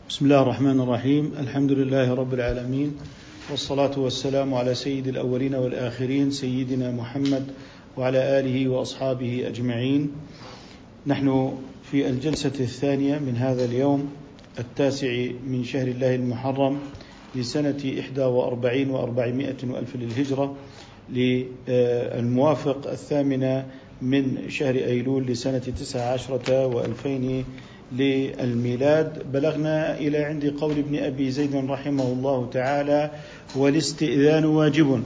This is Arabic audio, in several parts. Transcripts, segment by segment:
بسم الله الرحمن الرحيم. الحمد لله رب العالمين، والصلاة والسلام على سيد الأولين والآخرين سيدنا محمد وعلى آله وأصحابه أجمعين. نحن في الجلسة الثانية من هذا اليوم 9 من شهر الله المحرم لسنة 41 و400 وألف للهجرة، للموافق 8 من شهر أيلول لسنة 19 و2000 للميلاد. بلغنا إلى عند قول ابن أبي زيد رحمه الله تعالى: والاستئذان واجب.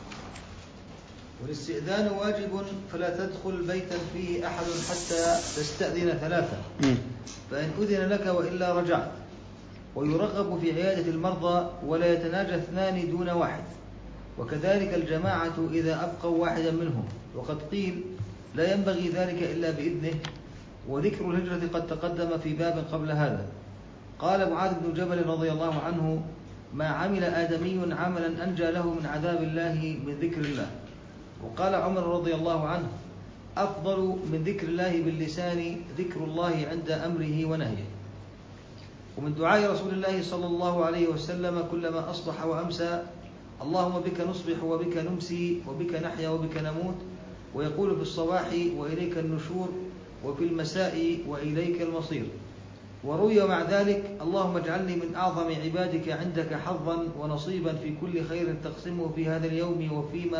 والاستئذان واجب فلا تدخل بيتا فيه أحد حتى تستأذن 3، فإن أذن لك وإلا رجعت. ويرغب في عيادة المرضى ولا يتناجى 2 دون 1، وكذلك الجماعة إذا أبقوا واحدا منهم، وقد قيل لا ينبغي ذلك إلا بإذنه. وذكر الهجرة قد تقدم في باب قبل هذا. قال معاذ بن جبل رضي الله عنه: ما عمل آدمي عملا أنجى له من عذاب الله من ذكر الله. وقال عمر رضي الله عنه: أفضل من ذكر الله باللسان ذكر الله عند أمره ونهيه. ومن دعاء رسول الله صلى الله عليه وسلم كلما أصبح وأمسى: اللهم بك نصبح وبك نمسي وبك نحيا وبك نموت. ويقول في الصباح: وإليك النشور، وفي المساء: وإليك المصير. وروي مع ذلك: اللهم اجعلني من أعظم عبادك عندك حظا ونصيبا في كل خير تقسمه في هذا اليوم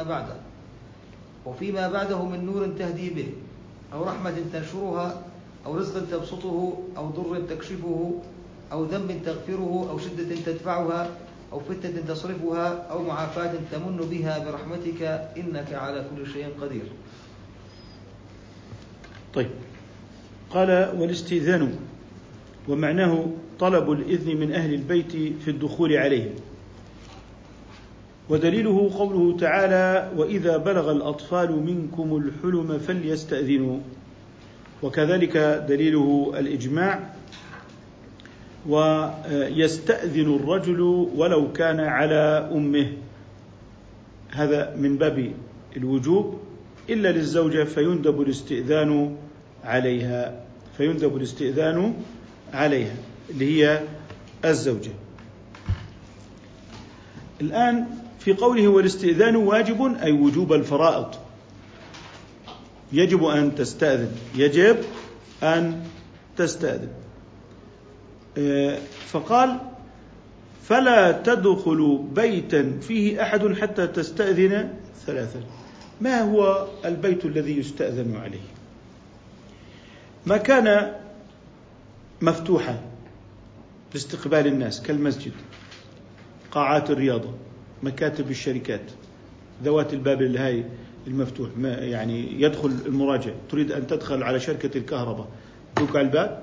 وفيما بعده من نور تهدي به، أو رحمة تنشرها، أو رزق تبسطه، أو ضر تكشفه، أو ذنب تغفره، أو شدة تدفعها، أو فتنة تصرفها، أو معافاة تمن بها برحمتك إنك على كل شيء قدير. طيب، قال: والاستئذان، ومعناه طلب الإذن من أهل البيت في الدخول عليهم. ودليله قوله تعالى: وإذا بلغ الأطفال منكم الحلم فليستأذنوا. وكذلك دليله الإجماع: ويستأذن الرجل ولو كان على أمه. هذا من باب الوجوب، إلا للزوجة فيندب الاستئذان عليها اللي هي الزوجة. الآن في قوله والاستئذان واجب، أي وجوب الفرائض، يجب أن تستأذن. فقال: فلا تدخل بيتا فيه أحد حتى تستأذن 3. ما هو البيت الذي يستأذن عليه؟ ما كان مفتوحا لاستقبال الناس كالمسجد، قاعات الرياضة، مكاتب الشركات ذوات الباب الهاي المفتوح، يعني يدخل المراجع، تريد أن تدخل على شركة الكهرباء، تدق على الباب.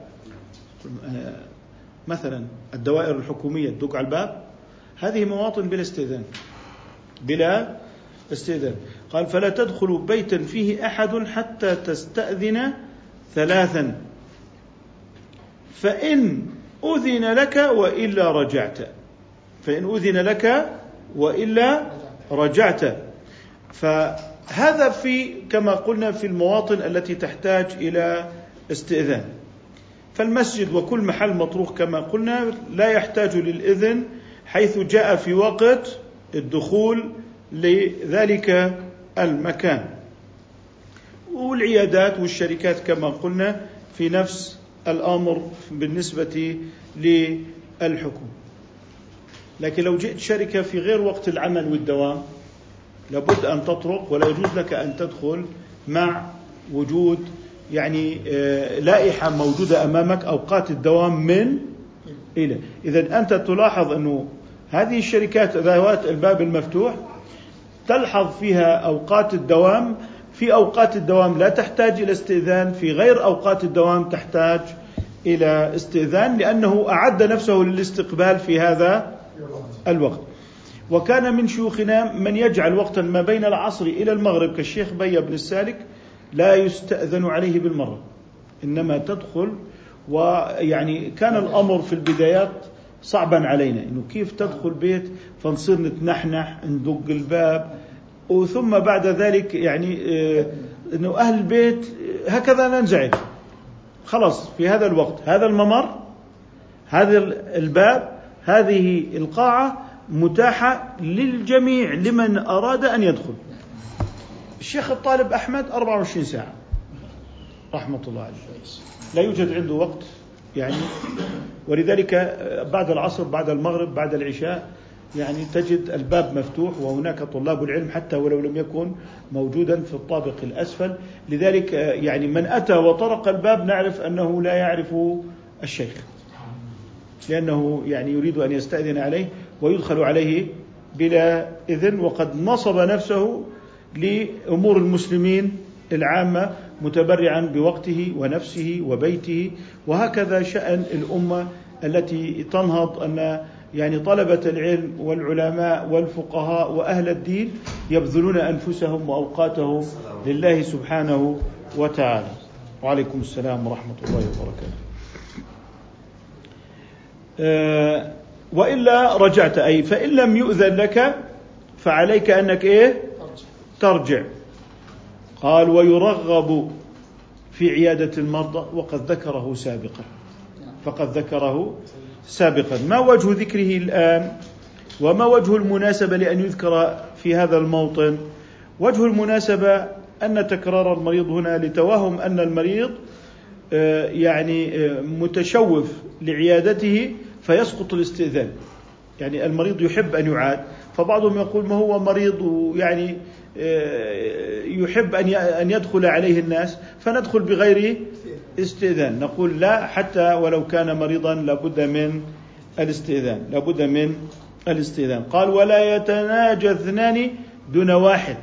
مثلا الدوائر الحكومية تدق على الباب. هذه مواطن بلا استئذان. قال: فلا تدخل بيتا فيه أحد حتى تستأذن 3، فإن أذن لك وإلا رجعت. فهذا كما قلنا في المواطن التي تحتاج إلى استئذان. فالمسجد وكل محل مطروح كما قلنا لا يحتاج للإذن، حيث جاء في وقت الدخول لذلك المكان. والعيادات والشركات كما قلنا في نفس الأمر بالنسبة للحكم. لكن لو جئت شركة في غير وقت العمل والدوام لابد أن تطرق، ولا يجوز لك أن تدخل مع وجود لائحة موجودة أمامك أوقات الدوام من إلى. إذن أنت تلاحظ أنه هذه الشركات ذوات الباب المفتوح تلحظ فيها أوقات الدوام. في أوقات الدوام لا تحتاج إلى استئذان، في غير أوقات الدوام تحتاج إلى استئذان، لأنه أعد نفسه للاستقبال في هذا الوقت. وكان من شيوخنا من يجعل وقتا ما بين العصر إلى المغرب كالشيخ بيا بن السالك لا يستأذن عليه بالمرة، إنما تدخل. كان الأمر في البدايات صعبا علينا، إنه كيف تدخل بيت فنصير نتنحنح ندق الباب، وثم بعد ذلك إنه أهل البيت هكذا ننزعج. خلاص في هذا الوقت هذا الممر هذا الباب، هذه القاعة متاحة للجميع لمن أراد أن يدخل. الشيخ الطالب أحمد 24 ساعة رحمة الله عليه، لا يوجد عنده وقت يعني، ولذلك بعد العصر، بعد المغرب، بعد العشاء يعني تجد الباب مفتوح، وهناك طلاب العلم حتى ولو لم يكن موجودا في الطابق الأسفل. لذلك يعني من أتى وطرق الباب نعرف أنه لا يعرف الشيخ، لأنه يعني يريد أن يستأذن عليه ويدخل عليه بلا إذن، وقد نصب نفسه لأمور المسلمين العامة متبرعا بوقته ونفسه وبيته. وهكذا شأن الأمة التي تنهض، أن يعني طلبة العلم والعلماء والفقهاء وأهل الدين يبذلون أنفسهم وأوقاتهم لله سبحانه وتعالى. وعليكم السلام ورحمة الله وبركاته. وإلا رجعت، أي فإن لم يؤذن لك فعليك أنك ترجع. قال ويرغب في عيادة المرضى، وقد ذكره سابقا، فقد ذكره سابقا. ما وجه ذكره الآن وما وجه المناسبة لأن يذكر في هذا الموطن؟ وجه المناسبة أن تكرار المريض هنا لتوهم أن المريض يعني متشوف لعيادته فيسقط الاستئذان. يعني المريض يحب أن يعاد، فبعضهم يقول ما هو مريض ويعني يحب أن يدخل عليه الناس فندخل بغير استئذان. نقول لا، حتى ولو كان مريضا لابد من الاستئذان. قال ولا يتناجى اثنان دون واحد،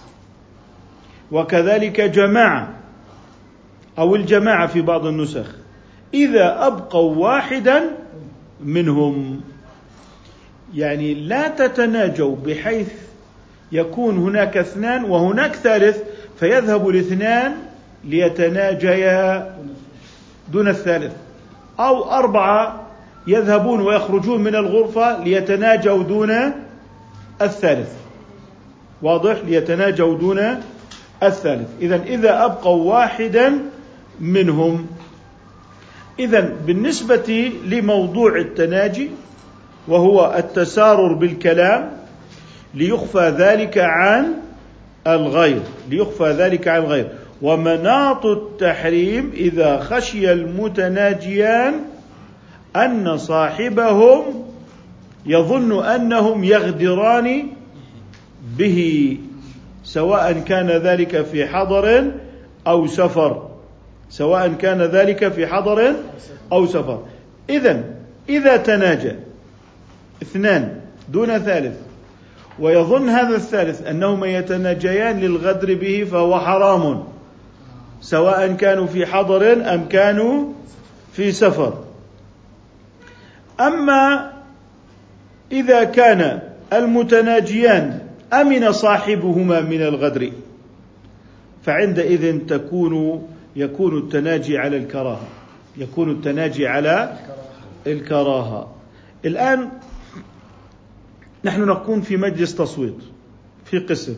وكذلك جماعة أو الجماعة في بعض النسخ إذا أبقوا واحدا منهم. يعني لا تتناجوا بحيث يكون هناك اثنان وهناك ثالث فيذهب الاثنان ليتناجيا دون الثالث، أو 4 يذهبون ويخرجون من الغرفة ليتناجوا دون الثالث. واضح؟ ليتناجوا دون الثالث. إذا أبقوا واحدا منهم. بالنسبة لموضوع التناجي وهو التسارر بالكلام ليخفى ذلك عن الغير، ومناط التحريم إذا خشي المتناجيان أن صاحبهم يظن أنهم يغدران به، سواء كان ذلك في حضر أو سفر. إذا تناجى 2 دون ثالث ويظن هذا الثالث أنهما يتناجيان للغدر به فهو حرام، سواء كانوا في حضر أم كانوا في سفر. أما إذا كان المتناجيان أمن صاحبهما من الغدر فعندئذ يكون التناجي على الكراهة. الآن نحن نكون في مجلس تصويت في قسم،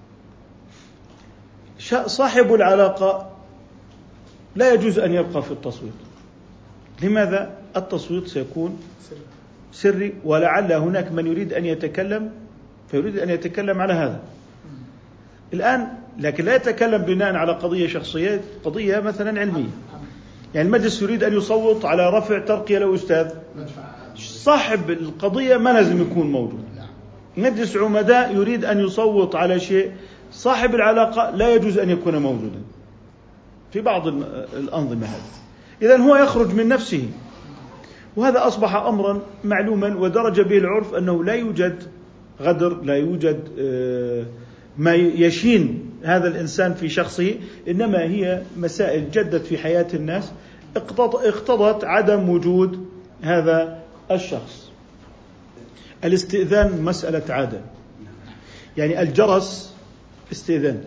صاحب العلاقة لا يجوز أن يبقى في التصويت. لماذا؟ التصويت سيكون سري، ولعل هناك من يريد أن يتكلم فيريد أن يتكلم على هذا الآن، لكن لا يتكلم بناء على قضية شخصية، قضية مثلا علمية. يعني المجلس يريد أن يصوت على رفع ترقية لأستاذ، صاحب القضية ما لازم يكون موجود. مجلس عمداء يريد أن يصوت على شيء، صاحب العلاقة لا يجوز أن يكون موجودا في بعض الأنظمة هذه. إذن هو يخرج من نفسه، وهذا أصبح أمرا معلوما ودرج به العرف أنه لا يوجد غدر، لا يوجد ما يشين هذا الإنسان في شخصه، إنما هي مسائل جدت في حياة الناس اقتضت عدم وجود هذا الشخص. الاستئذان مسألة عادة، يعني الجرس استئذان،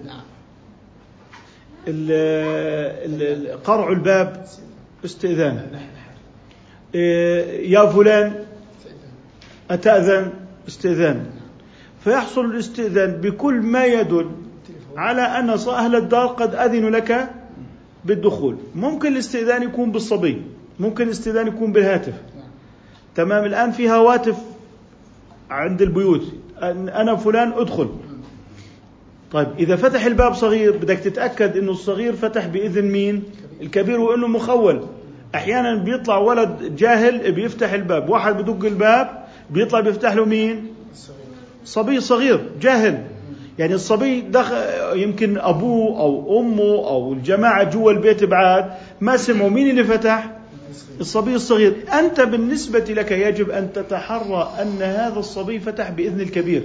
قرع الباب استئذان، يا فلان أتأذن استئذان. فيحصل الاستئذان بكل ما يدل على أن أهل الدار قد أذنوا لك بالدخول. ممكن الاستئذان يكون بالصبي، ممكن الاستئذان يكون بالهاتف، تمام. الآن في هواتف عند البيوت، أنا فلان أدخل. طيب إذا فتح الباب صغير بدك تتأكد إنه الصغير فتح بإذن مين؟ الكبير، وإنه مخول. أحيانا بيطلع ولد جاهل بيفتح الباب، واحد بدق الباب بيطلع بيفتح له مين؟ صبي صغير جاهل. يعني الصبي دخل يمكن أبوه أو أمه أو الجماعة جوا البيت بعاد ما سمعوا مين اللي فتح؟ الصبي الصغير. أنت بالنسبة لك يجب أن تتحرى أن هذا الصبي فتح بإذن الكبير،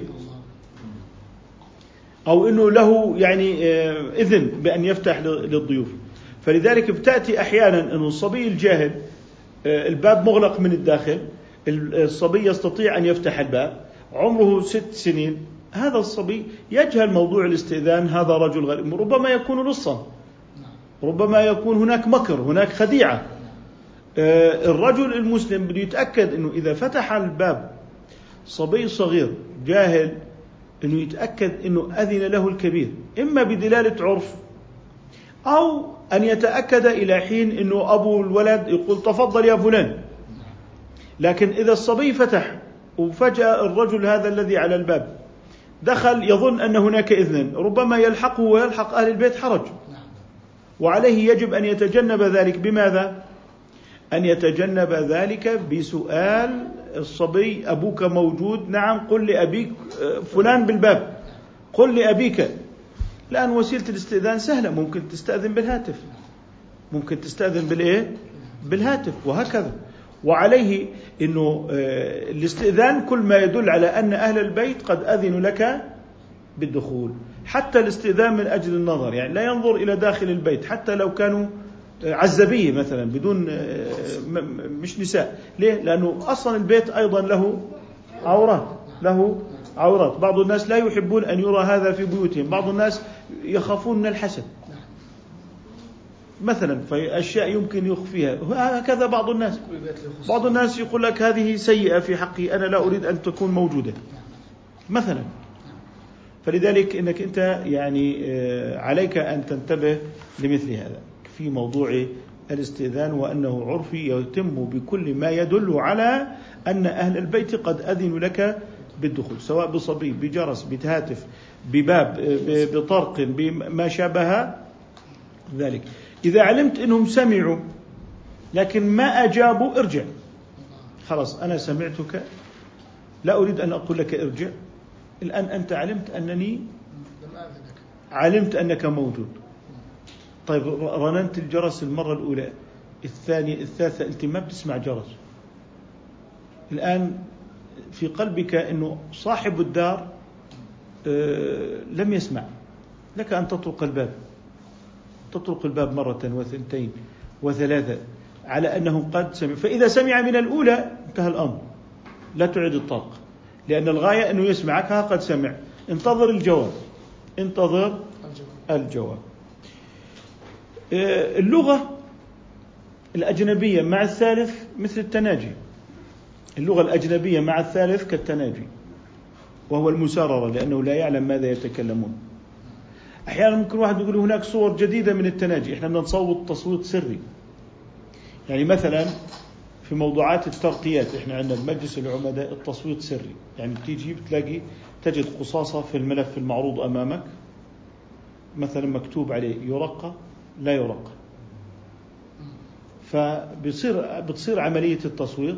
أو أنه له يعني إذن بأن يفتح للضيوف. فلذلك بتأتي أحيانا أن الصبي الجاهل الباب مغلق من الداخل، الصبي يستطيع أن يفتح الباب، عمره 6 سنين، هذا الصبي يجهل موضوع الاستئذان، هذا رجل غريب، ربما يكون لصا، ربما يكون هناك مكر، هناك خديعة. الرجل المسلم بده يتأكد أنه إذا فتح الباب صبي صغير جاهل أنه يتأكد أنه أذن له الكبير، إما بدلالة عرف أو أن يتأكد إلى حين أنه أبو الولد يقول تفضل يا فلان. لكن إذا الصبي فتح وفجأة الرجل هذا الذي على الباب دخل يظن أن هناك إذن، ربما يلحقه ويلحق أهل البيت حرج، وعليه يجب أن يتجنب ذلك. بماذا؟ أن يتجنب ذلك بسؤال الصبي أبوك موجود؟ نعم. قل لأبيك فلان بالباب، قل لأبيك. الآن وسيلة الاستئذان سهلة، ممكن تستأذن بالهاتف، ممكن تستأذن بالإيه؟ بالهاتف، وهكذا. وعليه أنه الاستئذان كل ما يدل على أن أهل البيت قد أذنوا لك بالدخول. حتى الاستئذان من أجل النظر، يعني لا ينظر إلى داخل البيت حتى لو كانوا عزبية مثلا بدون مش نساء. ليه؟ لأنه أصلا البيت أيضا له عورات، له عورات. بعض الناس لا يحبون أن يرى هذا في بيوتهم، بعض الناس يخافون من الحسد مثلا، فأشياء يمكن يخفيها، هكذا بعض الناس يقول لك هذه سيئة في حقي، أنا لا أريد أن تكون موجودة مثلا. فلذلك إنك أنت يعني عليك أن تنتبه لمثل هذا في موضوع الاستئذان، وأنه عرفي يتم بكل ما يدل على أن أهل البيت قد أذنوا لك بالدخول، سواء بصبي، بجرس، بهاتف، بباب، بطرق، بما شابه ذلك. إذا علمت أنهم سمعوا لكن ما أجابوا ارجع، خلاص أنا سمعتك، لا أريد أن أقول لك ارجع، الآن أنت علمت أنك موجود. طيب رننت الجرس المرة الأولى، الثانية، الثالثة، أنت ما بتسمع جرس. الآن في قلبك أنه صاحب الدار لم يسمع، لك أن تطرق الباب مرة وثنتين وثلاثة على أنه قد سمع. فإذا سمع من الأولى انتهى الأمر، لا تعيد الطرق، لأن الغاية أنه يسمعك، قد سمع، انتظر الجواب. اللغة الأجنبية مع الثالث مثل التناجي، اللغة الأجنبية مع الثالث كالتناجي، وهو المساررة، لأنه لا يعلم ماذا يتكلمون. أحيانا ممكن واحد يقول هناك صور جديدة من التناجي، إحنا بدنا نصوت تصويت سري. يعني مثلا في موضوعات الترقيات إحنا عندنا بمجلس العمداء التصويت سري، يعني بتيجي بتلاقي تجد قصاصة في الملف المعروض أمامك مثلا مكتوب عليه يرقى لا يرقى، فبتصير عملية التصويت.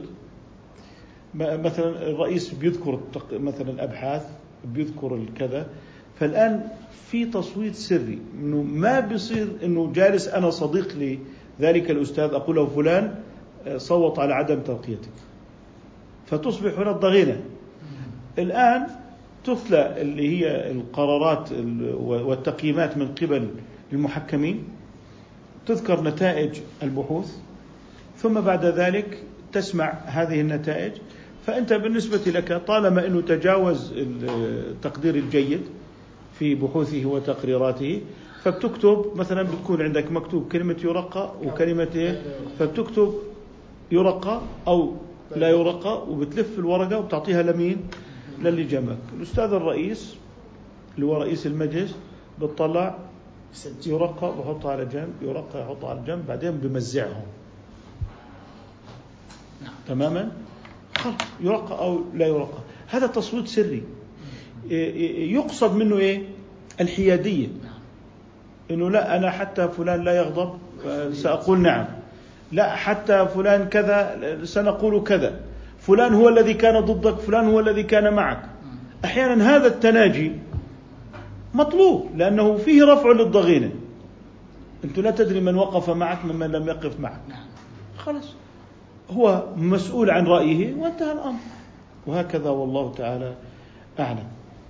مثلا الرئيس بيذكر مثلا الأبحاث، بيذكر الكذا، فالآن في تصويت سري، إنه ما بيصير إنه جالس أنا صديق لذلك الأستاذ أقول له فلان صوت على عدم ترقيتك، فتصبح هنا الضغينة. الآن تتلى اللي هي القرارات والتقييمات من قبل المحكمين، تذكر نتائج البحوث، ثم بعد ذلك تسمع هذه النتائج. فأنت بالنسبة لك طالما أنه تجاوز التقدير الجيد في بحوثه وتقريراته، فبتكتب مثلا بتكون عندك مكتوب كلمة يرقى وكلمة فبتكتب يرقى أو لا يرقى، وبتلف الورقة وبتعطيها لمين؟ للي جنبك. الأستاذ الرئيس اللي هو رئيس المجلس بتطلع يرقى بحطها على جنب، يرقى يحطها على جنب، بعدين بمزعهم تماما. خلاص يرقى أو لا يرقى. هذا تصويت سري يقصد منه إيه؟ الحيادية، إنه لا أنا حتى فلان لا يغضب سأقول نعم، لا حتى فلان كذا سنقول كذا، فلان هو الذي كان ضدك، فلان هو الذي كان معك. أحيانا هذا التناجي مطلوب لأنه فيه رفع للضغينة. أنت لا تدري من وقف معك ممن لم يقف معك، خلاص هو مسؤول عن رأيه وانتهى الأمر. وهكذا والله تعالى أعلم.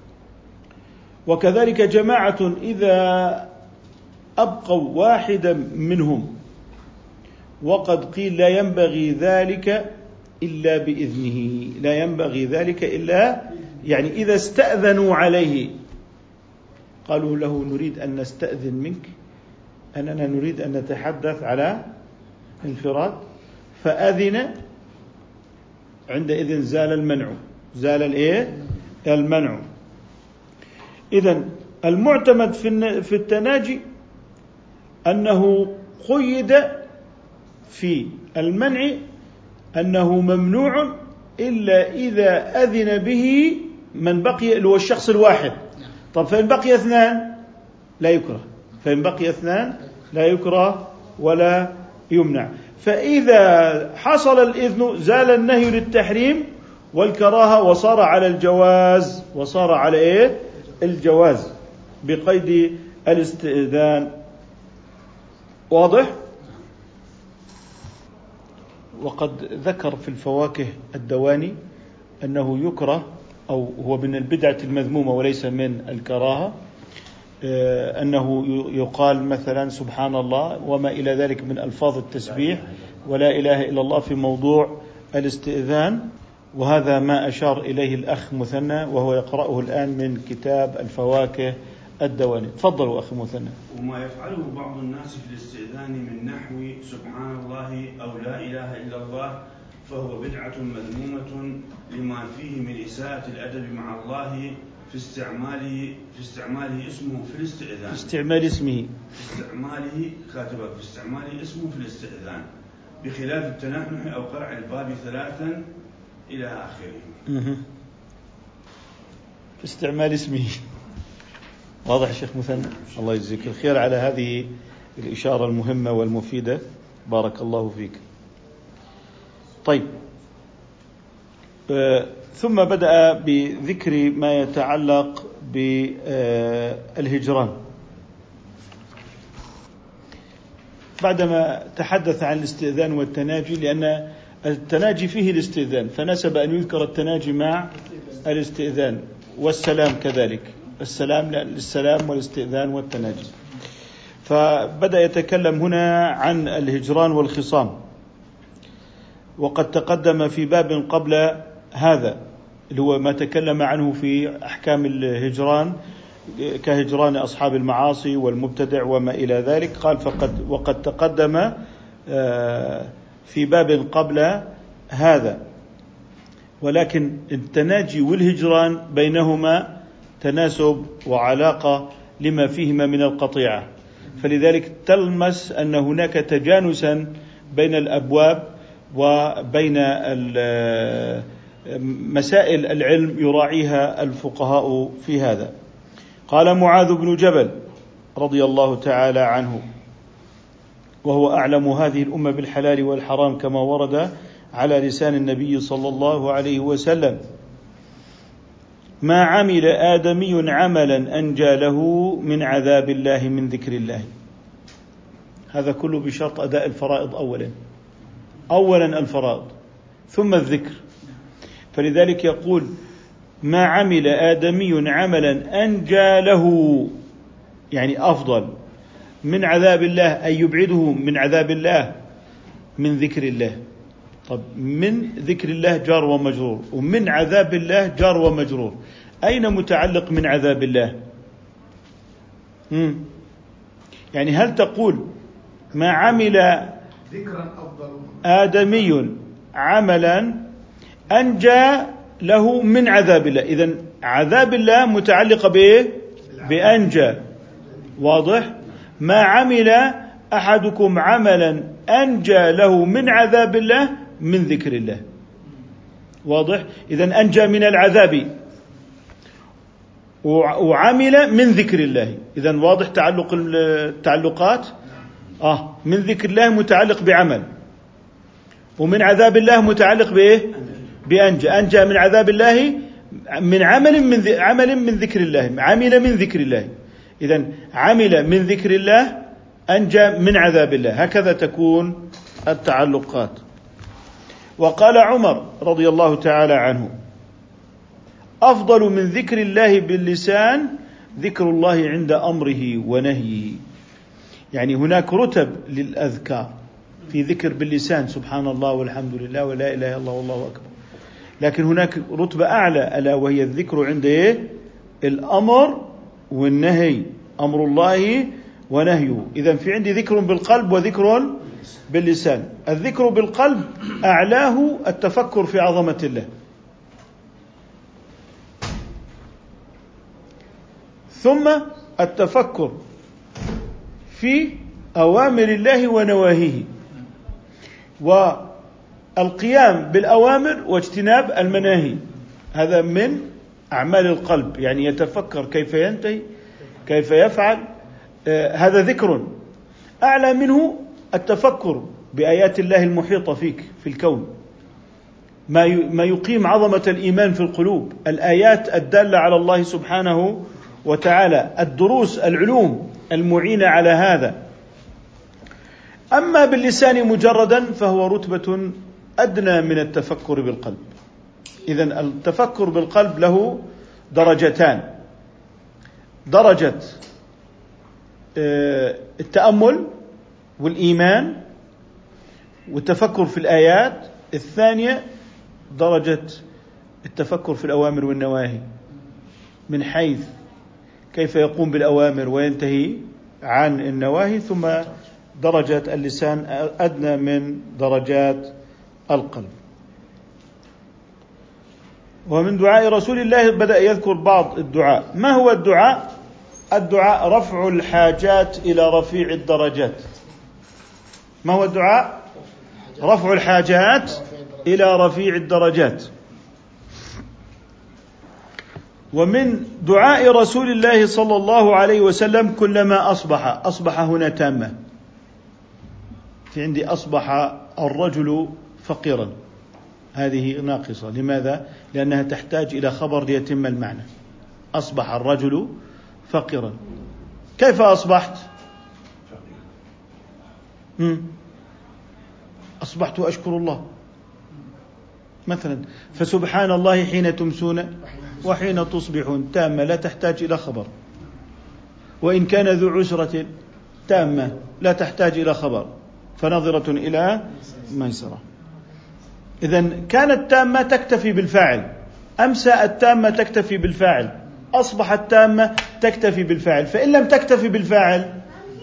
وكذلك جماعة إذا أبقوا واحدا منهم وقد قيل لا ينبغي ذلك إلا بإذنه، لا ينبغي ذلك إلا يعني إذا استأذنوا عليه قالوا له نريد أن نستأذن منك أننا نريد أن نتحدث على انفراد، فأذن، عندئذ زال المنع، زال المنع. إذن المعتمد في التناجي أنه قيد في المنع أنه ممنوع إلا إذا أذن به من بقي، اللي هو الشخص الواحد. طب فإن بقي اثنان لا يكره، فإن بقي اثنان لا يكره ولا يمنع. فإذا حصل الإذن زال النهي للتحريم والكراهة وصار على الجواز، وصار على الجواز بقيد الاستئذان. واضح؟ وقد ذكر في الفواكه الدواني أنه يكره أو هو من البدعة المذمومة وليس من الكراهة، أنه يقال مثلا سبحان الله وما إلى ذلك من ألفاظ التسبيح ولا إله إلا الله في موضوع الاستئذان. وهذا ما أشار إليه الأخ مثنى وهو يقرأه الآن من كتاب الفواكه الدواني. تفضلوا أخي مثنى. وما يفعله بعض الناس في الاستئذان من نحو سبحان الله أو لا إله إلا الله فهو بدعة مذمومة لما فيه من إساءة الأدب مع الله في استعماله اسمه في الاستئذان، في استعمال اسمه، في استعماله كاتبه، في استعماله اسمه في الاستئذان، بخلاف التنحنح أو قرع الباب ثلاثا إلى آخره. في استعمال اسمه. واضح يا شيخ مثنى؟ الله يجزيك الخير على هذه الإشارة المهمة والمفيدة، بارك الله فيك. طيب، ثم بدأ بذكر ما يتعلق بالهجران بعدما تحدث عن الاستئذان والتناجي، لأن التناجي فيه الاستئذان فنسب أن يذكر التناجي مع الاستئذان، والسلام كذلك، السلام للسلام والاستئذان والتناجي. فبدأ يتكلم هنا عن الهجران والخصام، وقد تقدم في باب قبل هذا اللي هو ما تكلم عنه في أحكام الهجران كهجران أصحاب المعاصي والمبتدع وما إلى ذلك. قال وقد تقدم في باب قبل هذا، ولكن التناجي والهجران بينهما تناسب وعلاقة لما فيهما من القطيعة، فلذلك تلمس أن هناك تجانسا بين الأبواب وبين مسائل العلم يراعيها الفقهاء في هذا. قال معاذ بن جبل رضي الله تعالى عنه، وهو أعلم هذه الأمة بالحلال والحرام كما ورد على لسان النبي صلى الله عليه وسلم: ما عمل آدمي عملا أنجى له من عذاب الله من ذكر الله. هذا كله بشرط أداء الفرائض أولا الفرائض ثم الذكر. فلذلك يقول: ما عمل آدمي عملا أنجى له، يعني أفضل من عذاب الله، أي يبعده من عذاب الله، من ذكر الله. طب من ذكر الله جار ومجرور، ومن عذاب الله جار ومجرور، أين متعلق من عذاب الله؟ يعني هل تقول ما عمل آدمي عملا أنجى له من عذاب الله، إذن عذاب الله متعلقة بأنجى. واضح؟ ما عمل أحدكم عملا أنجى له من عذاب الله من ذكر الله. واضح؟ إذن أنجى من العذاب وعمل من ذكر الله. إذن واضح تعلق التعلقات. من ذكر الله متعلق بعمل، ومن عذاب الله متعلق بإيه؟ أنجى من عذاب الله من عمل من ذكر الله، عمل من ذكر الله. إذن عمل من ذكر الله أنجى من عذاب الله، هكذا تكون التعلقات. وقال عمر رضي الله تعالى عنه: أفضل من ذكر الله باللسان ذكر الله عند أمره ونهيه. يعني هناك رتب للأذكار في ذكر باللسان، سبحان الله والحمد لله ولا إله إلا الله والله أكبر، لكن هناك رتبة أعلى ألا وهي الذكر عند الأمر والنهي، أمر الله ونهيه. إذن في عندي ذكر بالقلب وذكر باللسان. الذكر بالقلب أعلاه التفكر في عظمة الله، ثم التفكر في أوامر الله ونواهيه، والقيام بالأوامر واجتناب المناهي. هذا من أعمال القلب، يعني يتفكر كيف ينتهي، كيف يفعل. هذا ذكر. أعلى منه التفكر بآيات الله المحيطة فيك في الكون، ما يقيم عظمة الإيمان في القلوب، الآيات الدالة على الله سبحانه وتعالى، الدروس، العلوم المعينة على هذا. أما باللسان مجردا فهو رتبة أدنى من التفكر بالقلب. إذن التفكر بالقلب له درجتان: درجة التأمل والإيمان والتفكر في الآيات، الثانية درجة التفكر في الأوامر والنواهي، من حيث كيف يقوم بالأوامر وينتهي عن النواهي. ثم درجة اللسان أدنى من درجات القلب. ومن دعاء رسول الله بدأ يذكر بعض الدعاء. ما هو الدعاء؟ الدعاء رفع الحاجات إلى رفيع الدرجات. ما هو الدعاء؟ رفع الحاجات إلى رفيع الدرجات. ومن دعاء رسول الله صلى الله عليه وسلم كلما أصبح هنا تامة، في عندي أصبح الرجل فقيرا، هذه ناقصة. لماذا؟ لأنها تحتاج إلى خبر ليتم المعنى. أصبح الرجل فقيرا. كيف أصبحت؟ أصبحت أشكر الله مثلا. فسبحان الله حين تمسون وحين تصبحون، تامة لا تحتاج إلى خبر. وإن كان ذو عسرة، تامة لا تحتاج إلى خبر، فنظرة إلى ميسرة. إذن كانت تامة تكتفي بالفاعل، أمسى التامة تكتفي بالفاعل، أصبحت تامة تكتفي بالفاعل. فإن لم تكتفي بالفاعل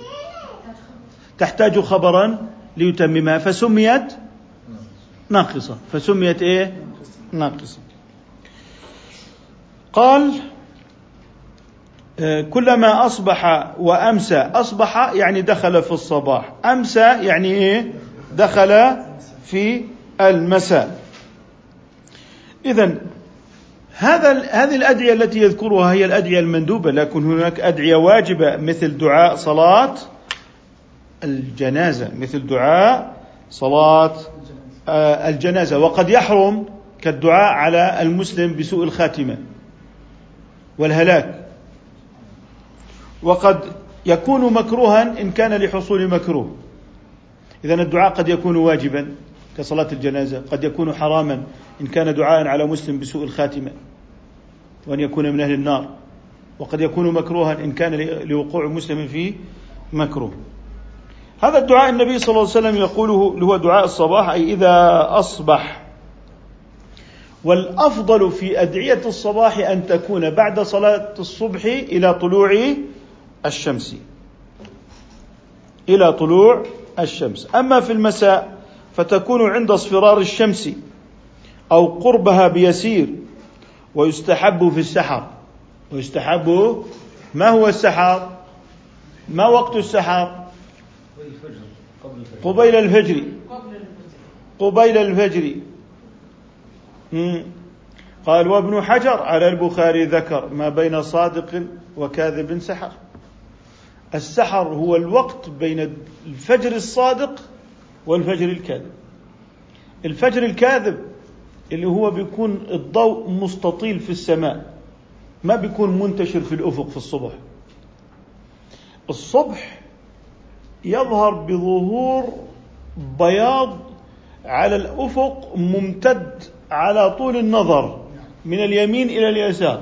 تحتاج خبرا ليتممها، فسميت ناقصة. فسميت إيه؟ ناقصة. قال كلما أصبح وأمسى. أصبح يعني دخل في الصباح، أمسى يعني إيه؟ دخل في المساء. إذن هذه الأدعية التي يذكرها هي الأدعية المندوبة، لكن هناك أدعية واجبة مثل دعاء صلاة الجنازة، مثل دعاء صلاة الجنازة. وقد يحرم كالدعاء على المسلم بسوء الخاتمة والهلاك، وقد يكون مكروها إن كان لحصول مكروه. إذن الدعاء قد يكون واجبا كصلاة الجنازة، قد يكون حراما إن كان دعاء على مسلم بسوء الخاتمة وأن يكون من أهل النار، وقد يكون مكروها إن كان لوقوع مسلم فيه مكروه. هذا الدعاء النبي صلى الله عليه وسلم يقوله اللي هو دعاء الصباح، أي إذا أصبح. والأفضل في أدعية الصباح أن تكون بعد صلاة الصبح إلى طلوع الشمس، إلى طلوع الشمس. أما في المساء فتكون عند اصفرار الشمس أو قربها بيسير. ويستحب في السحر. ويستحب. ما هو السحر؟ ما وقت السحر؟ قبيل الفجر. قبيل الفجر. قال وابن حجر على البخاري ذكر ما بين صادق وكاذب سحر. السحر هو الوقت بين الفجر الصادق والفجر الكاذب. الفجر الكاذب اللي هو بيكون الضوء مستطيل في السماء، ما بيكون منتشر في الأفق في الصبح. الصبح يظهر بظهور بياض على الأفق ممتد على طول النظر من اليمين إلى اليسار.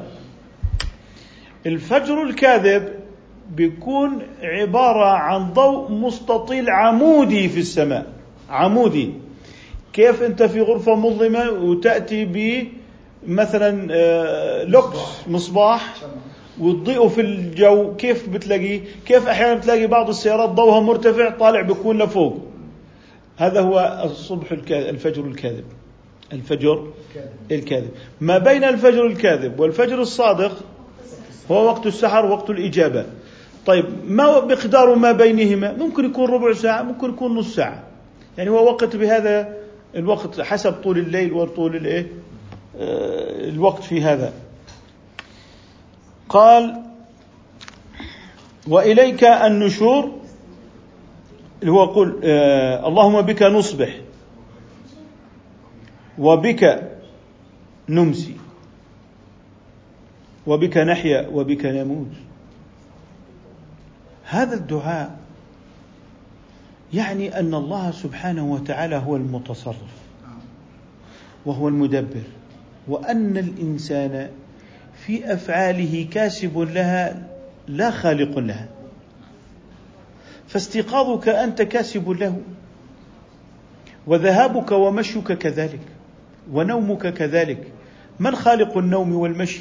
الفجر الكاذب بيكون عبارة عن ضوء مستطيل عمودي في السماء، عمودي. كيف أنت في غرفة مظلمة وتأتي بمثلا لوكس مصباح وتضيئه في الجو، كيف بتلاقيه؟ كيف أحيانا بتلاقي بعض السيارات ضوءها مرتفع طالع بيكون لفوق. هذا هو الصبح الكاذب، الفجر الكاذب، الفجر الكاذب. ما بين الفجر الكاذب والفجر الصادق هو وقت السحر، وقت الإجابة. طيب ما مقدار ما بينهما؟ ممكن يكون ربع ساعة، ممكن يكون نص ساعة، يعني هو وقت بهذا الوقت حسب طول الليل وطول الوقت في هذا. قال وإليك النشور، اللي هو قل اللهم بك نصبح وبك نمسي وبك نحيا وبك نموت. هذا الدعاء يعني أن الله سبحانه وتعالى هو المتصرف وهو المدبر، وأن الإنسان في أفعاله كاسب لها لا خالق لها. فاستيقاظك أنت كاسب له، وذهابك ومشيك كذلك، ونومك كذلك. من خالق النوم والمشي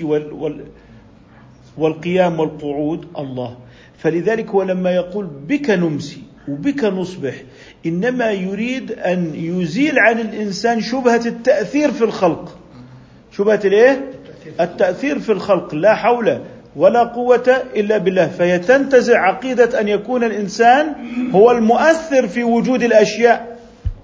والقيام والقعود؟ الله. فلذلك ولما يقول بك نمسي وبك نصبح، إنما يريد أن يزيل عن الإنسان شبهة التأثير في الخلق. شبهة التأثير في الخلق، لا حول ولا قوة إلا بالله. فيتنتزع عقيدة أن يكون الإنسان هو المؤثر في وجود الأشياء.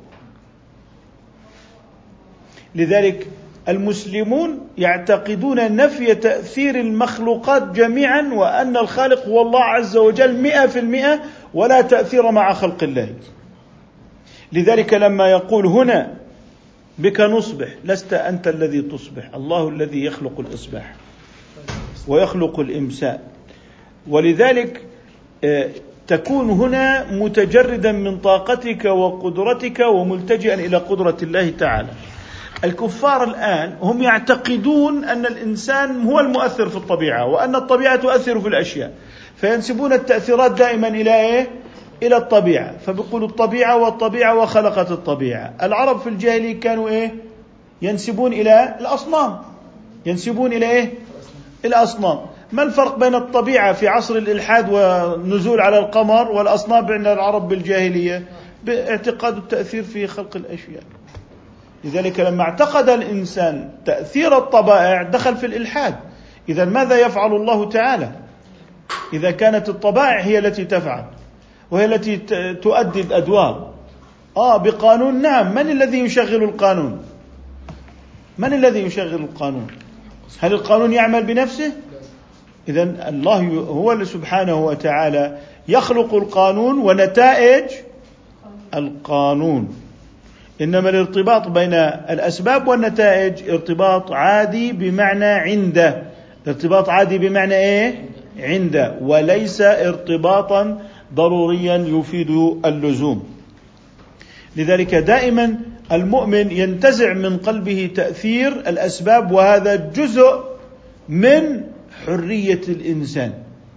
لذلك المسلمون يعتقدون نفي تأثير المخلوقات جميعا، وأن الخالق هو الله عز وجل 100%، ولا تأثير مع خلق الله. لذلك لما يقول هنا بك نصبح، لست أنت الذي تصبح، الله الذي يخلق الإصباح ويخلق الإمساء. ولذلك تكون هنا متجردا من طاقتك وقدرتك وملتجئا إلى قدرة الله تعالى. الكفار الآن هم يعتقدون أن الإنسان هو المؤثر في الطبيعة، وأن الطبيعة تؤثر في الأشياء، فينسبون التأثيرات دائما إلى إلى الطبيعة. فبيقولوا الطبيعة والطبيعة وخلقت الطبيعة. العرب في الجاهلية كانوا ينسبون إلى الأصنام، ينسبون إلى الأصنام. ما الفرق بين الطبيعة في عصر الإلحاد والنزول على القمر والأصنام عند العرب بالجاهلية؟ باعتقاد التأثير في خلق الأشياء. لذلك لما اعتقد الإنسان تأثير الطبائع دخل في الإلحاد. إذا ماذا يفعل الله تعالى إذا كانت الطبائع هي التي تفعل وهي التي تؤدي الأدوار؟ بقانون. نعم، من الذي يشغل القانون؟ من الذي يشغل القانون؟ هل القانون يعمل بنفسه؟ إذن الله هو سبحانه وتعالى يخلق القانون ونتائج القانون. إنما الارتباط بين الأسباب والنتائج ارتباط عادي بمعنى عنده، ارتباط عادي بمعنى عنده، وليس ارتباطا ضروريا يفيد اللزوم. لذلك دائما المؤمن ينتزع من قلبه تأثير الأسباب، وهذا جزء من حرية الإنسان،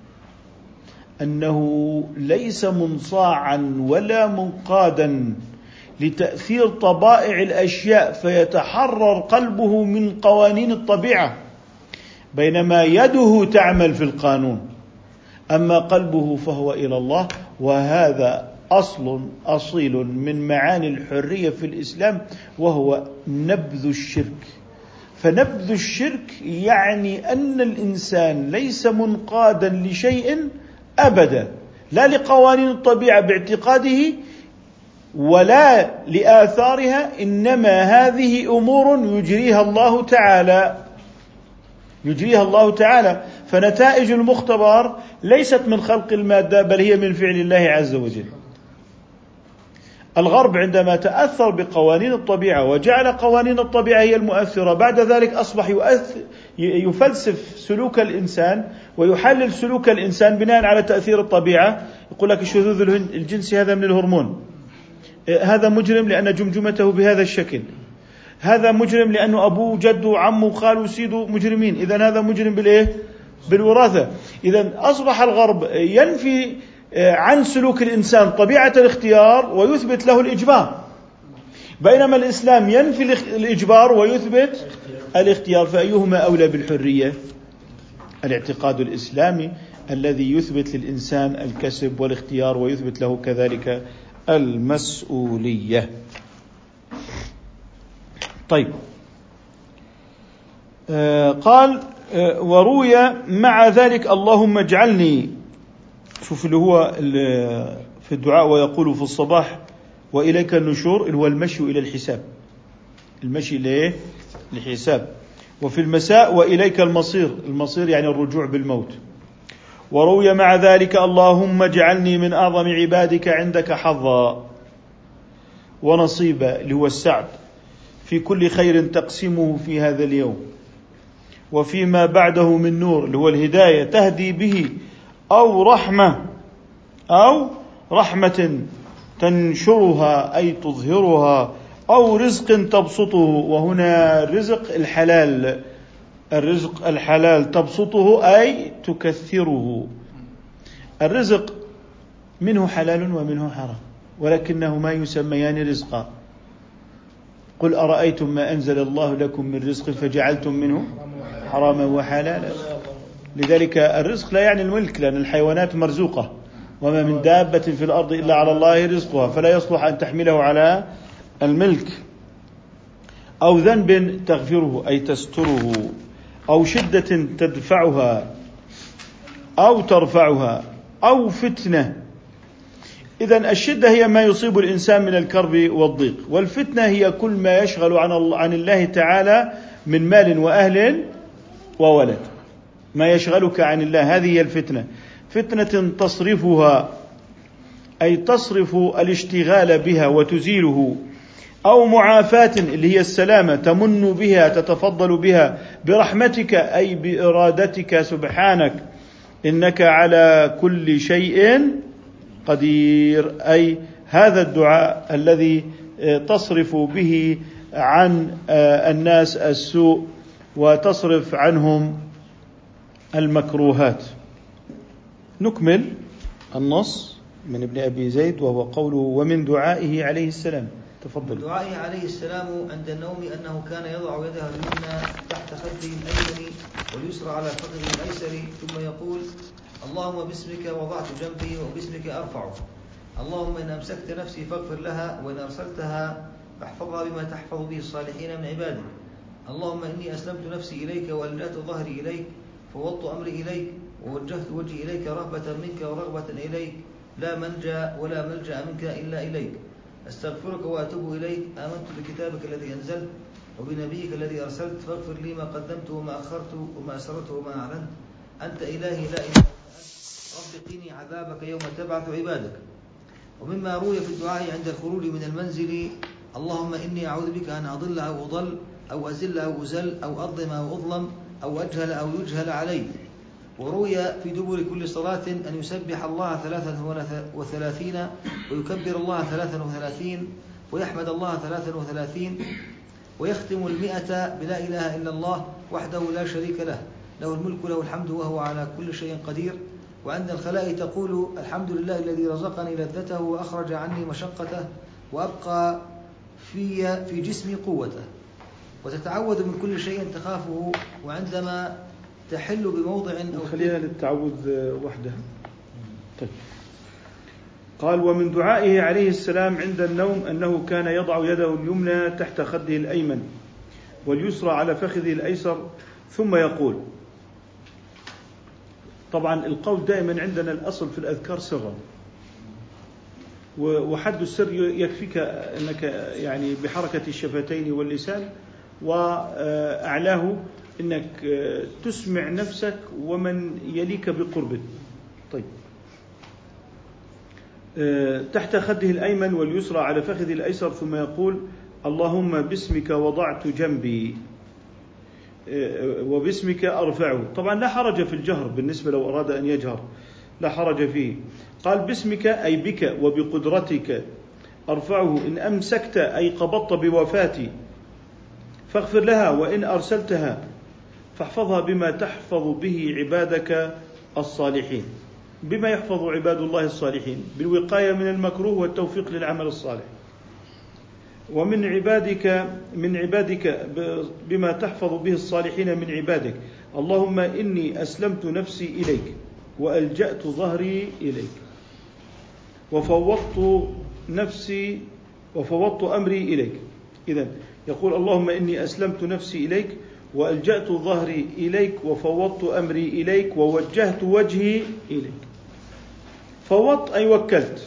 أنه ليس منصاعا ولا منقادا لتأثير طبائع الأشياء فيتحرر قلبه من قوانين الطبيعة، بينما يده تعمل في القانون، أما قلبه فهو إلى الله. وهذا أصل أصيل من معاني الحرية في الإسلام، وهو نبذ الشرك. فنبذ الشرك يعني أن الإنسان ليس منقادا لشيء أبدا، لا لقوانين الطبيعة باعتقاده ولا لآثارها، إنما هذه أمور يجريها الله تعالى. فنتائج المختبر ليست من خلق المادة، بل هي من فعل الله عز وجل. الغرب عندما تأثر بقوانين الطبيعة وجعل قوانين الطبيعة هي المؤثرة، بعد ذلك أصبح يفلسف سلوك الإنسان ويحلل سلوك الإنسان بناء على تأثير الطبيعة. يقول لك الشذوذ الجنسي هذا من الهرمون، هذا مجرم لأن جمجمته بهذا الشكل، هذا مجرم لأنه أبوه جده عمه خاله سيده مجرمين، إذن هذا مجرم بالوراثة. إذن أصبح الغرب ينفي عن سلوك الإنسان طبيعة الاختيار ويثبت له الإجبار، بينما الإسلام ينفي الإجبار ويثبت الاختيار. فأيهما أولى بالحرية؟ الاعتقاد الإسلامي الذي يثبت للإنسان الكسب والاختيار ويثبت له كذلك المسؤولية. طيب، قال وروي مع ذلك اللهم اجعلني، شوف اللي هو في الدعاء ويقول في الصباح وإليك النشور، اللي هو المشي إلى الحساب، المشي للحساب. وفي المساء وإليك المصير يعني الرجوع بالموت. وروي مع ذلك اللهم اجعلني من أعظم عبادك عندك حظا ونصيبا، اللي هو السعد في كل خير تقسمه في هذا اليوم، وفيما بعده من نور، اللي هو الهداية تهدي به، أو رحمة تنشرها أي تظهرها، أو رزق تبسطه. وهنا الرزق الحلال تبسطه أي تكثره. الرزق منه حلال ومنه حرام، ولكنهما يسميان رزقا. قل أرأيتم ما أنزل الله لكم من رزق فجعلتم منه حراما وحلالا. لذلك الرزق لا يعني الملك، لأن الحيوانات مرزوقة، وما من دابة في الأرض إلا على الله رزقها، فلا يصلح أن تحمله على الملك. أو ذنب تغفره أي تستره، أو شدة تدفعها أو ترفعها، أو فتنة. إذن الشدة هي ما يصيب الإنسان من الكرب والضيق، والفتنة هي كل ما يشغل عن الله تعالى من مال وأهل وولد، ما يشغلك عن الله، هذه هي الفتنة. فتنة تصرفها أي تصرف الاشتغال بها وتزيله، أو معافاة اللي هي السلامة تمن بها تتفضل بها برحمتك أي بإرادتك سبحانك، إنك على كل شيء قدير. أي هذا الدعاء الذي تصرف به عن الناس السوء وتصرف عنهم المكروهات. نكمل النص من ابن أبي زيد، وهو قوله ومن دعائه عليه السلام. تفضل. دعائه عليه السلام عند النوم أنه كان يضع يده اليمنى تحت خده الأيمن واليسرى على فخذه الأيسر، ثم يقول اللهم باسمك وضعت جنبي وباسمك أرفعه، اللهم إن أمسكت نفسي فاغفر لها، وإن أرسلتها فاحفظها بما تحفظ به الصالحين من عبادك، اللهم إني أسلمت نفسي إليك وألجأت ظهري إليك، فوضت أمري إليك، ووجهت وجهي إليك رغبة منك ورغبة إليك، لا منجا ولا ملجأ منك إلا إليك، أستغفرك وأتوب إليك، آمنت بكتابك الذي أنزلت وبنبيك الذي أرسلت، فاغفر لي ما قدمت وما أخرت وما أسررت وما أعلنت، أنت إلهي لا إله إلا أنت، رب قني عذابك يوم تبعث عبادك. ومما روي في الدعاء عند الخروج من المنزل اللهم إني أعوذ بك أن أضل أو أضل أو أزل أو أزل أو أظلم أو أظلم أو أجهل أو يجهل علي. وروي في دبر كل صلاة أن يسبح الله 33 ويكبر الله 33 ويحمد الله 33 ويختم 100 بلا إله إلا الله وحده لا شريك له، له الملك له الحمد وهو على كل شيء قدير. وعند الخلاء تقول الحمد لله الذي رزقني لذته وأخرج عني مشقته وأبقى في جسمي قوته. وتتعوذ من كل شيء تخافه، وعندما تحل بموضع أو خلينا للتعوذ وحده. طيب. قال ومن دعائه عليه السلام عند النوم أنه كان يضع يده اليمنى تحت خده الأيمن واليسرى على فخذه الأيسر، ثم يقول، طبعا القول دائما عندنا الأصل في الأذكار سرا، وحد السر يكفيك أنك يعني بحركة الشفتين واللسان، وأعلاه أنك تسمع نفسك ومن يليك بقرب. طيب، تحت خده الأيمن واليسرى على فخذه الأيسر، ثم يقول اللهم باسمك وضعت جنبي وباسمك أرفعه. طبعا لا حرج في الجهر بالنسبة لو أراد أن يجهر، لا حرج فيه. قال باسمك أي بك وبقدرتك أرفعه، إن أمسكت أي قبضت بوفاتي فاغفر لها، وإن أرسلتها فاحفظها بما تحفظ به عبادك الصالحين. بما يحفظ عباد الله الصالحين؟ بالوقاية من المكروه والتوفيق للعمل الصالح. ومن عبادك بما تحفظ به الصالحين من عبادك. اللهم إني أسلمت نفسي إليك وألجأت ظهري إليك وفوضت أمري إليك. إذن يقول اللهم إني أسلمت نفسي إليك وألجأت ظهري إليك وفوضت أمري إليك ووجهت وجهي إليك. فوضت أي وكلت،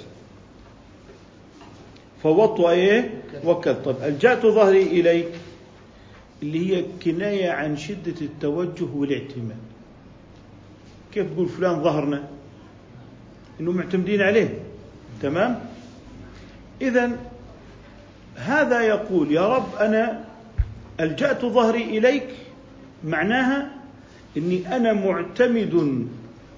فوضت أي وكلت. طيب ألجأت ظهري إليك اللي هي كناية عن شدة التوجه والاعتماد. كيف تقول فلان ظهرنا؟ إنه معتمدين عليه. تمام؟ إذن هذا يقول يا رب أنا ألجأت ظهري إليك، معناها إني أنا معتمد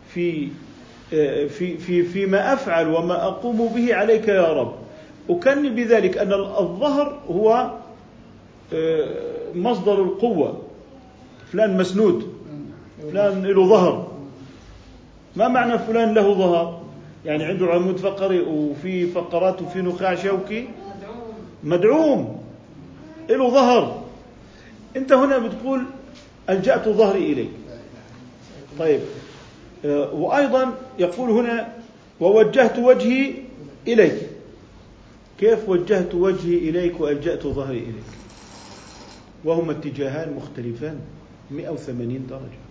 فيما أفعل وما أقوم به عليك يا رب. وكان بذلك أن الظهر هو مصدر القوة. فلان مسنود، فلان له ظهر. ما معنى فلان له ظهر؟ يعني عنده عمود فقري وفي فقرات وفي نخاع شوكي، مدعوم، له ظهر. أنت هنا بتقول ألجأت ظهري إليك. طيب، وأيضا يقول هنا ووجهت وجهي إليك. كيف وجهت وجهي إليك وألجأت ظهري إليك؟ وهما اتجاهان مختلفان 180 درجة.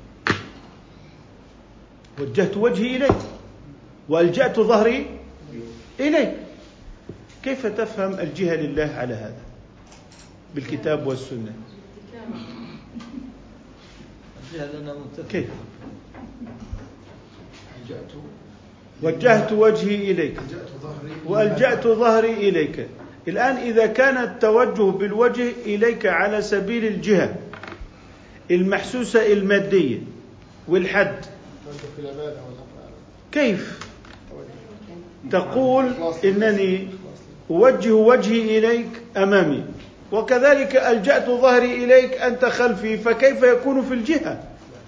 وجهت وجهي إليك وألجأت ظهري إليك. كيف تفهم الجهة لله على هذا بالكتاب والسنة؟ كيف؟ وجهت وجهي إليك وألجأت ظهري إليك. الآن إذا كان التوجه بالوجه إليك على سبيل الجهة المحسوسة المادية والحد، كيف تقول إنني أوجه وجهي إليك أمامي وكذلك ألجأت ظهري إليك أنت خلفي؟ فكيف يكون في الجهة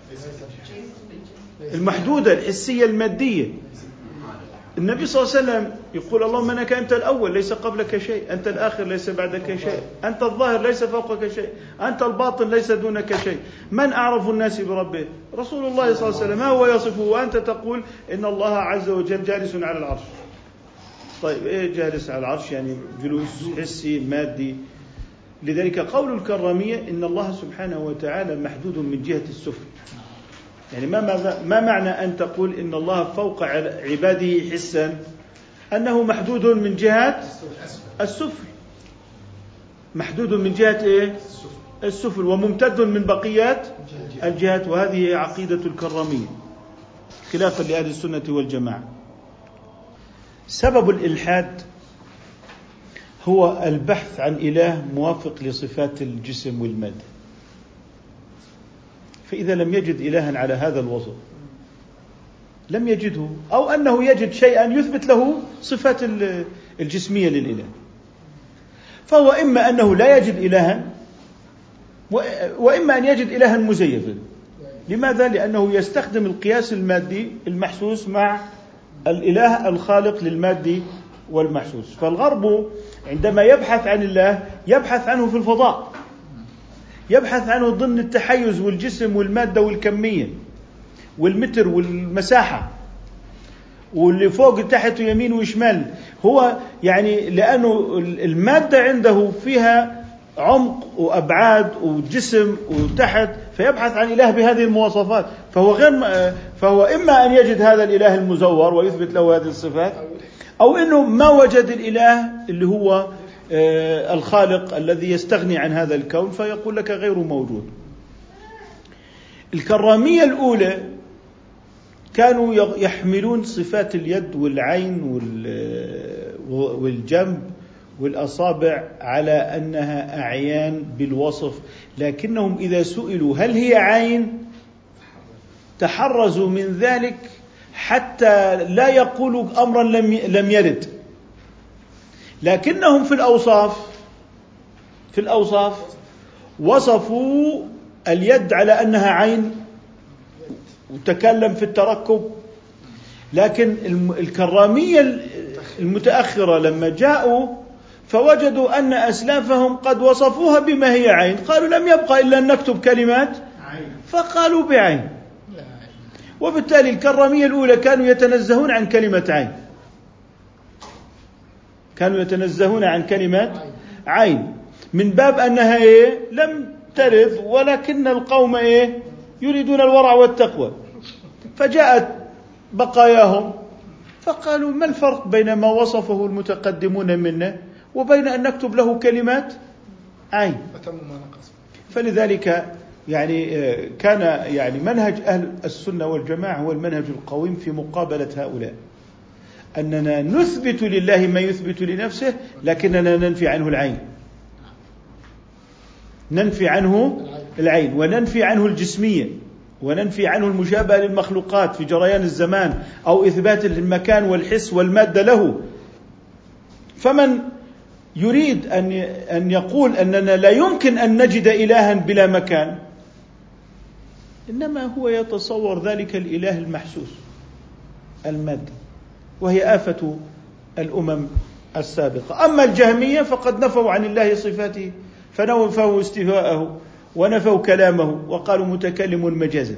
المحدودة الحسية المادية؟ النبي صلى الله عليه وسلم يقول اللهم أنك أنت الأول ليس قبلك شيء، أنت الآخر ليس بعدك شيء، أنت الظاهر ليس فوقك شيء، أنت الباطن ليس دونك شيء. من أعرف الناس بربه؟ رسول الله صلى الله عليه وسلم. ما هو يصفه وأنت تقول إن الله عز وجل جالس على العرش؟ طيب إيه جالس على العرش؟ يعني جلوس حسي مادي. لذلك قول الكرامية إن الله سبحانه وتعالى محدود من جهة السفل. يعني ما معنى أن تقول إن الله فوق عباده حسا؟ أنه محدود من جهة السفل، محدود من جهة إيه؟ السفل، وممتد من بقيات الجهات. وهذه عقيدة الكرامية خلافا لأهل السنة والجماعة. سبب الإلحاد هو البحث عن إله موافق لصفات الجسم والمادة. فإذا لم يجد إلها على هذا الوصف لم يجده، أو أنه يجد شيئا يثبت له صفات الجسمية للإله، فهو إما أنه لا يجد إلها وإما أن يجد إلها مزيفا. لماذا؟ لأنه يستخدم القياس المادي المحسوس مع الإله الخالق للمادي والمحسوس. فالغرب عندما يبحث عن الله يبحث عنه في الفضاء، يبحث عنه ضمن التحيز والجسم والمادة والكمية والمتر والمساحة واللي فوق تحت ويمين وشمال. هو يعني لأنه المادة عنده فيها عمق وأبعاد وجسم وتحت، فيبحث عن إله بهذه المواصفات، فهو إما أن يجد هذا الإله المزور ويثبت له هذه الصفات، أو أنه ما وجد الإله اللي هو الخالق الذي يستغني عن هذا الكون، فيقول لك غير موجود. الكرامية الأولى كانوا يحملون صفات اليد والعين والجنب والأصابع على أنها أعيان بالوصف، لكنهم إذا سئلوا هل هي عين تحرزوا من ذلك حتى لا يقولوا أمرا لم يرد. لكنهم في الأوصاف وصفوا اليد على أنها عين وتكلم في التركب. لكن الكرامية المتأخرة لما جاءوا فوجدوا أن أسلافهم قد وصفوها بما هي عين، قالوا لم يبقى إلا أن نكتب كلمات فقالوا بعين. وبالتالي الكرامية الأولى كانوا يتنزهون عن كلمة عين، كانوا يتنزهون عن كلمة عين من باب أنها لم ترد، ولكن القوم يريدون الورع والتقوى. فجاءت بقاياهم فقالوا ما الفرق بين ما وصفه المتقدمون منا وبين أن نكتب له كلمات عين؟ فلذلك كان منهج أهل السنة والجماعة هو المنهج القويم في مقابلة هؤلاء، أننا نثبت لله ما يثبت لنفسه، لكننا ننفي عنه العين، ننفي عنه العين، وننفي عنه الجسمية، وننفي عنه المشابهة للمخلوقات في جريان الزمان أو إثبات المكان والحس والمادة له. فمن يريد أن يقول أننا لا يمكن أن نجد إلها بلا مكان، إنما هو يتصور ذلك الإله المحسوس المادي، وهي آفة الأمم السابقة. أما الجهمية فقد نفوا عن الله صفاته، فنفوا استواءه ونفوا كلامه وقالوا متكلم مجازا.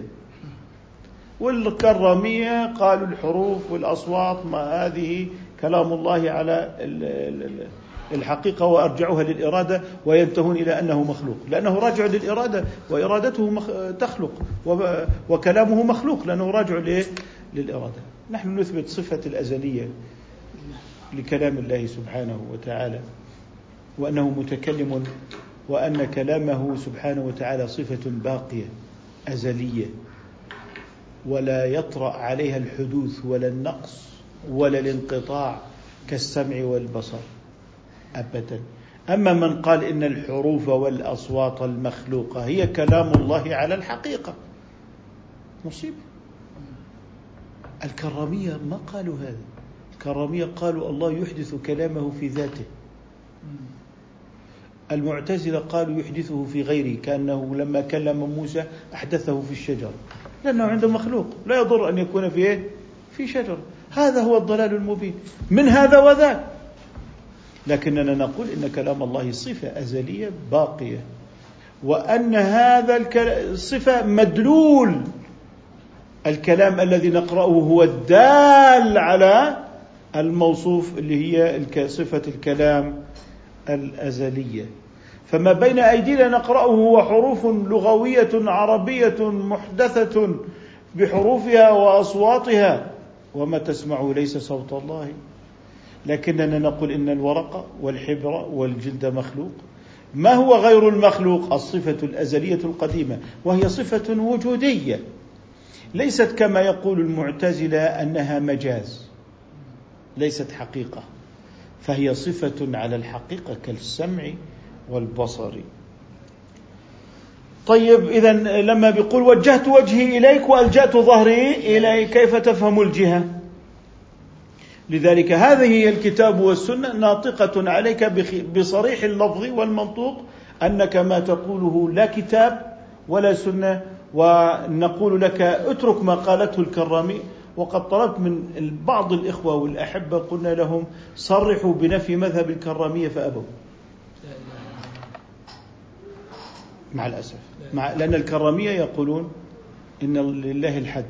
والكرامية قالوا الحروف والأصوات ما هذه كلام الله على الحقيقة، وأرجعوها للإرادة، وينتهون إلى أنه مخلوق لأنه راجع للإرادة، وإرادته تخلق، وكلامه مخلوق لأنه راجع للإرادة. نحن نثبت صفة الأزلية لكلام الله سبحانه وتعالى، وأنه متكلم، وأن كلامه سبحانه وتعالى صفة باقية أزلية ولا يطرأ عليها الحدوث ولا النقص ولا الانقطاع كالسمع والبصر أبدا. أما من قال إن الحروف والأصوات المخلوقة هي كلام الله على الحقيقة، مصيبة. الكرامية ما قالوا هذا، الكرامية قالوا الله يحدث كلامه في ذاته. المعتزلة قالوا يحدثه في غيره، كأنه لما كلم موسى أحدثه في الشجر، لأنه عنده مخلوق لا يضر أن يكون في شجر. هذا هو الضلال المبين من هذا وذاك. لكننا نقول إن كلام الله صفة أزلية باقية، وأن هذا الصفة مدلول الكلام الذي نقرأه هو الدال على الموصوف اللي هي صفة الكلام الأزلية. فما بين أيدينا نقرأه هو حروف لغوية عربية محدثة بحروفها وأصواتها، وما تسمعه ليس صوت الله. لكننا نقول إن الورق والحبر والجلد مخلوق. ما هو غير المخلوق؟ الصفة الأزلية القديمة، وهي صفة وجودية، ليست كما يقول المعتزلة أنها مجاز، ليست حقيقة، فهي صفة على الحقيقة كالسمع والبصر. طيب، إذن لما بيقول وجهت وجهي إليك وألجأت ظهري إليك، كيف تفهم الجهة؟ لذلك هذه هي الكتاب والسنة ناطقة عليك بصريح اللفظ والمنطوق أنك ما تقوله لا كتاب ولا سنة. ونقول لك اترك ما قالته الكرامي. وقد طلبت من بعض الإخوة والأحبة، قلنا لهم صرحوا بنفي مذهب الكرامية فأبوا، مع الأسف، لأن الكرامية يقولون إن لله الحد،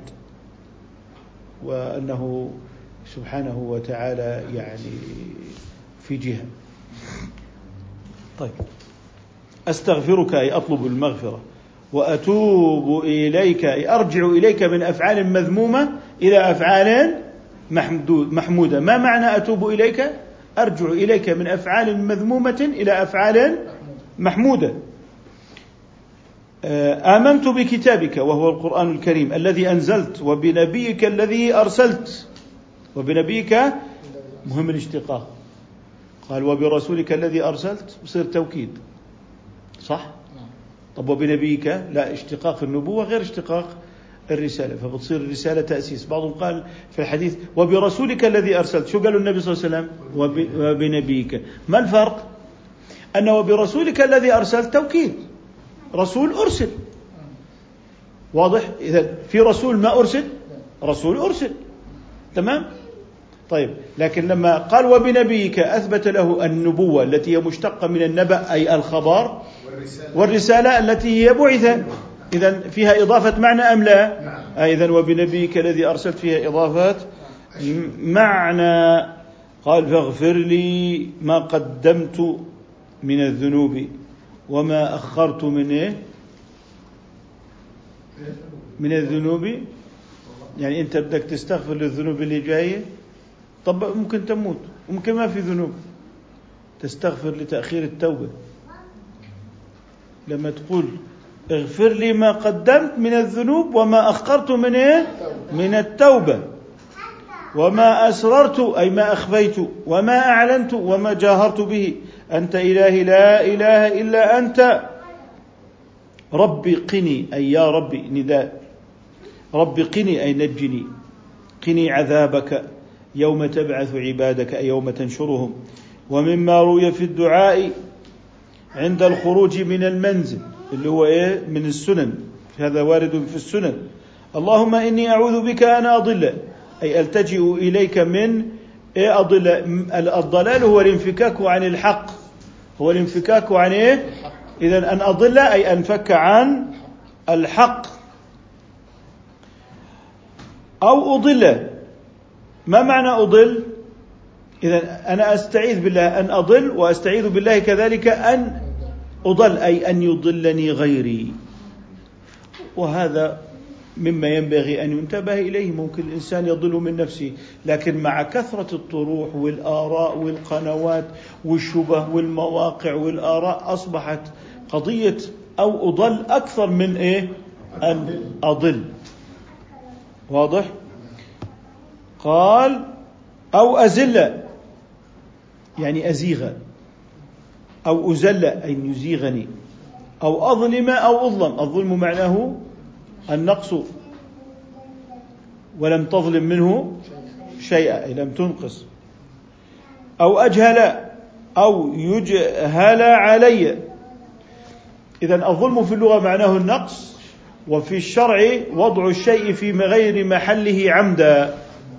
وأنه سبحانه وتعالى في جهة. طيب، أستغفرك أي أطلب المغفرة، وأتوب إليك أي أرجع إليك من أفعال مذمومة إلى أفعال محمودة. ما معنى أتوب إليك؟ أرجع إليك من أفعال مذمومة إلى أفعال محمودة. آمنت بكتابك وهو القرآن الكريم الذي أنزلت، وبنبيك الذي أرسلت. وبنبيك مهم الاشتقاق، قال وبرسولك الذي أرسلت بصير توكيد، صح؟ طب وبنبيك لا، اشتقاق النبوة غير اشتقاق الرسالة، فبتصير الرسالة تأسيس. بعضهم قال في الحديث وبرسولك الذي أرسلت، شو قالوا النبي صلى الله عليه وسلم؟ وبنبيك. ما الفرق؟ أن وبرسولك الذي أرسلت توكيد، رسول أرسل، واضح؟ إذا في رسول ما أرسل، رسول أرسل، تمام؟ طيب، لكن لما قال وبنبيك أثبت له النبوة التي هي مشتقة من النبأ أي الخبر، والرسالة التي هي بعثة، إذن فيها إضافة معنى أم لا؟ إذن وبنبيك الذي أرسلت فيها إضافة معنى. قال فاغفر لي ما قدمت من الذنوب وما أخرت من الذنوب. يعني أنت بدك تستغفر للذنوب اللي جاية، طب ممكن تموت، ممكن ما في ذنوب، تستغفر لتأخير التوبة. لما تقول اغفر لي ما قدمت من الذنوب وما أخرت من التوبة، وما أسررت أي ما أخفيت، وما أعلنت وما جاهرت به، أنت إلهي لا إله إلا أنت، ربي قني أي يا ربي نداء، ربي قني أي نجني، قني عذابك يوم تبعث عبادك أي يوم تنشرهم. ومما روي في الدعاء عند الخروج من المنزل اللي هو من السنن، هذا وارد في السنن، اللهم إني أعوذ بك أن أضل أي ألتجئ إليك من أضل. الضلال هو الانفكاك عن الحق، هو الانفكاك عن إذن أن أضل أي أنفك عن الحق. أو أضل، ما معنى أضل؟ إذن أنا أستعيذ بالله أن أضل، وأستعيذ بالله كذلك أن أضل أي أن يضلني غيري. وهذا مما ينبغي أن ينتبه إليه. ممكن الإنسان يضل من نفسه، لكن مع كثرة الطروح والآراء والقنوات والشبه والمواقع والآراء أصبحت قضية أو أضل أكثر من أن أضل، واضح؟ قال أو أزل يعني أزيغ، أو أزل أي يزيغني، أو أظلم أو أظلم. الظلم معناه النقص، ولم تظلم منه شيئا أي لم تنقص. أو أجهل أو يجهل علي. إذن الظلم في اللغة معناه النقص، وفي الشرع وضع الشيء في غير محله عمدا،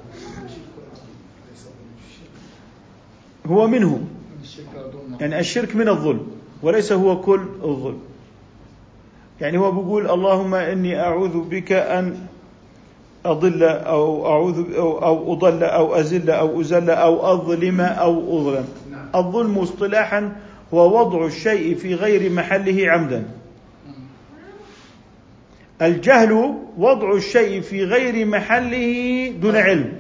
هو منه، يعني الشرك من الظلم وليس هو كل الظلم. يعني هو بيقول اللهم إني أعوذ بك أن أضل أو أضل أو أزل أو أزل أو أظلم أو أظلم. الظلم اصطلاحا هو وضع الشيء في غير محله عمدا. الجهل وضع الشيء في غير محله دون علم،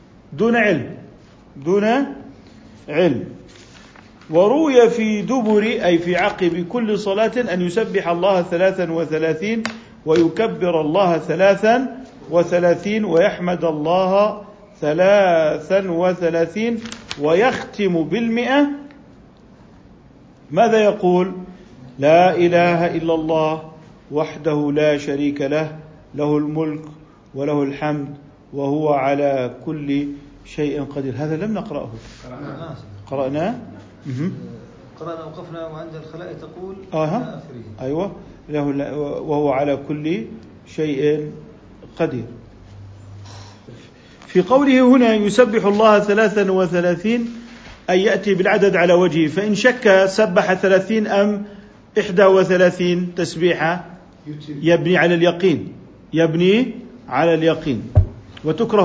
دون علم. وروي في دبر أي في عقب كل صلاة أن يسبح الله 33 ويكبر الله 33 ويحمد الله 33 ويختم 100. ماذا يقول؟ لا إله إلا الله وحده لا شريك له، له الملك وله الحمد وهو على كل شيء قدير. هذا لم نقرأه، قرأناه قرأنا وقفنا وعند الخلاء تقول أيوة، وهو على كل شيء قدير. في قوله هنا يسبح الله 33 أي يأتي بالعدد على وجهه، فإن شك سبح 30 أم 31 تسبيحة يبني على اليقين، وتكره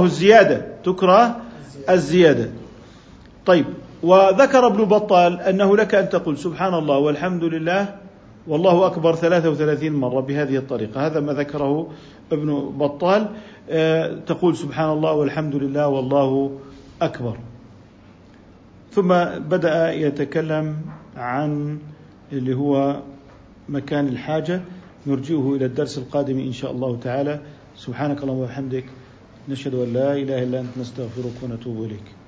الزيادة. طيب، وذكر ابن بطال أنه لك أن تقول سبحان الله والحمد لله والله أكبر 33 مرة بهذه الطريقة. هذا ما ذكره ابن بطال. تقول سبحان الله والحمد لله والله أكبر. ثم بدأ يتكلم عن اللي هو مكان الحاجة، نرجئه إلى الدرس القادم إن شاء الله تعالى. سبحانك اللهم وبحمدك، نشهد أن لا إله إلا أنت، نستغفرك ونتوب إليك.